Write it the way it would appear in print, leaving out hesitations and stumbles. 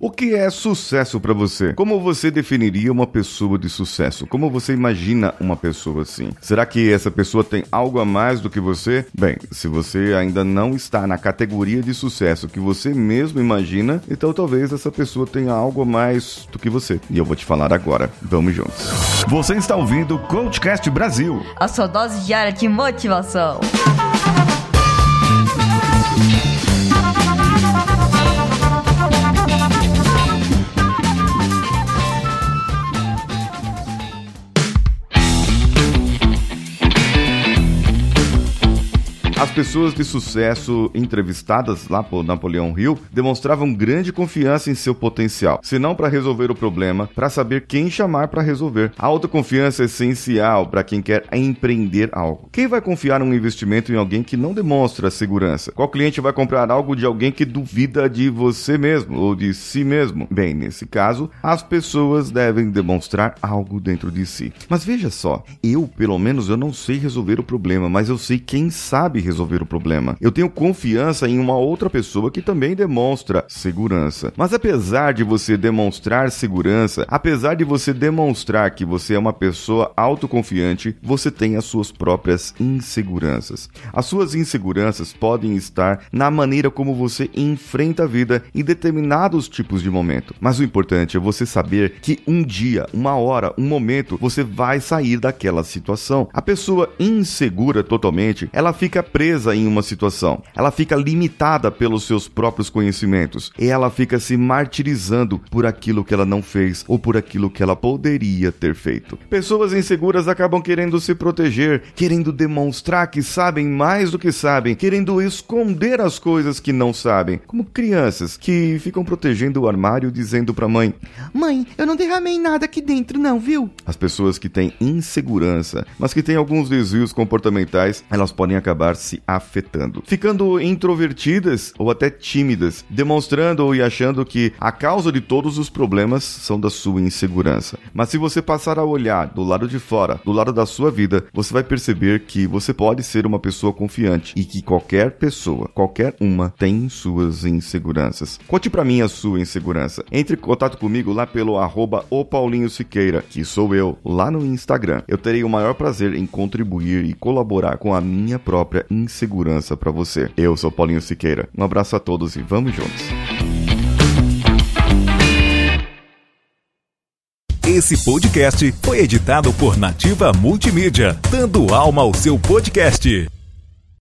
O que é sucesso para você? Como você definiria uma pessoa de sucesso? Como você imagina uma pessoa assim? Será que essa pessoa tem algo a mais do que você? Bem, se você ainda não está na categoria de sucesso que você mesmo imagina, então talvez essa pessoa tenha algo a mais do que você. E eu vou te falar agora. Vamos juntos. Você está ouvindo o Coachcast Brasil, a sua dose diária de motivação. As pessoas de sucesso entrevistadas lá por Napoleão Hill demonstravam grande confiança em seu potencial, se não para resolver o problema, para saber quem chamar para resolver. A autoconfiança é essencial para quem quer empreender algo. Quem vai confiar um investimento em alguém que não demonstra segurança? Qual cliente vai comprar algo de alguém que duvida de você mesmo ou de si mesmo? Bem, nesse caso, as pessoas devem demonstrar algo dentro de si. Mas veja só, pelo menos eu não sei resolver o problema, mas eu sei quem sabe resolver o problema. Eu tenho confiança em uma outra pessoa que também demonstra segurança. Mas apesar de você demonstrar segurança, apesar de você demonstrar que você é uma pessoa autoconfiante, você tem as suas próprias inseguranças. As suas inseguranças podem estar na maneira como você enfrenta a vida em determinados tipos de momento. Mas o importante é você saber que um dia, uma hora, um momento, você vai sair daquela situação. A pessoa insegura totalmente, ela fica presa em uma situação, ela fica limitada pelos seus próprios conhecimentos e ela fica se martirizando por aquilo que ela não fez ou por aquilo que ela poderia ter feito. Pessoas inseguras acabam querendo se proteger, querendo demonstrar que sabem mais do que sabem, querendo esconder as coisas que não sabem, como crianças que ficam protegendo o armário dizendo pra mãe: "Mãe, eu não derramei nada aqui dentro não, viu?" As pessoas que têm insegurança, mas que têm alguns desvios comportamentais, elas podem acabar se afetando, ficando introvertidas ou até tímidas, demonstrando e achando que a causa de todos os problemas são da sua insegurança. Mas se você passar a olhar do lado de fora, do lado da sua vida, você vai perceber que você pode ser uma pessoa confiante e que qualquer pessoa, qualquer uma, tem suas inseguranças. Conte pra mim a sua insegurança. Entre em contato comigo lá pelo @opaulinhosiqueira, que sou eu, lá no Instagram. Eu terei o maior prazer em contribuir e colaborar com a minha própria insegurança para você. Eu sou Paulinho Siqueira. Um abraço a todos e vamos juntos. Esse podcast foi editado por Nativa Multimídia, dando alma ao seu podcast.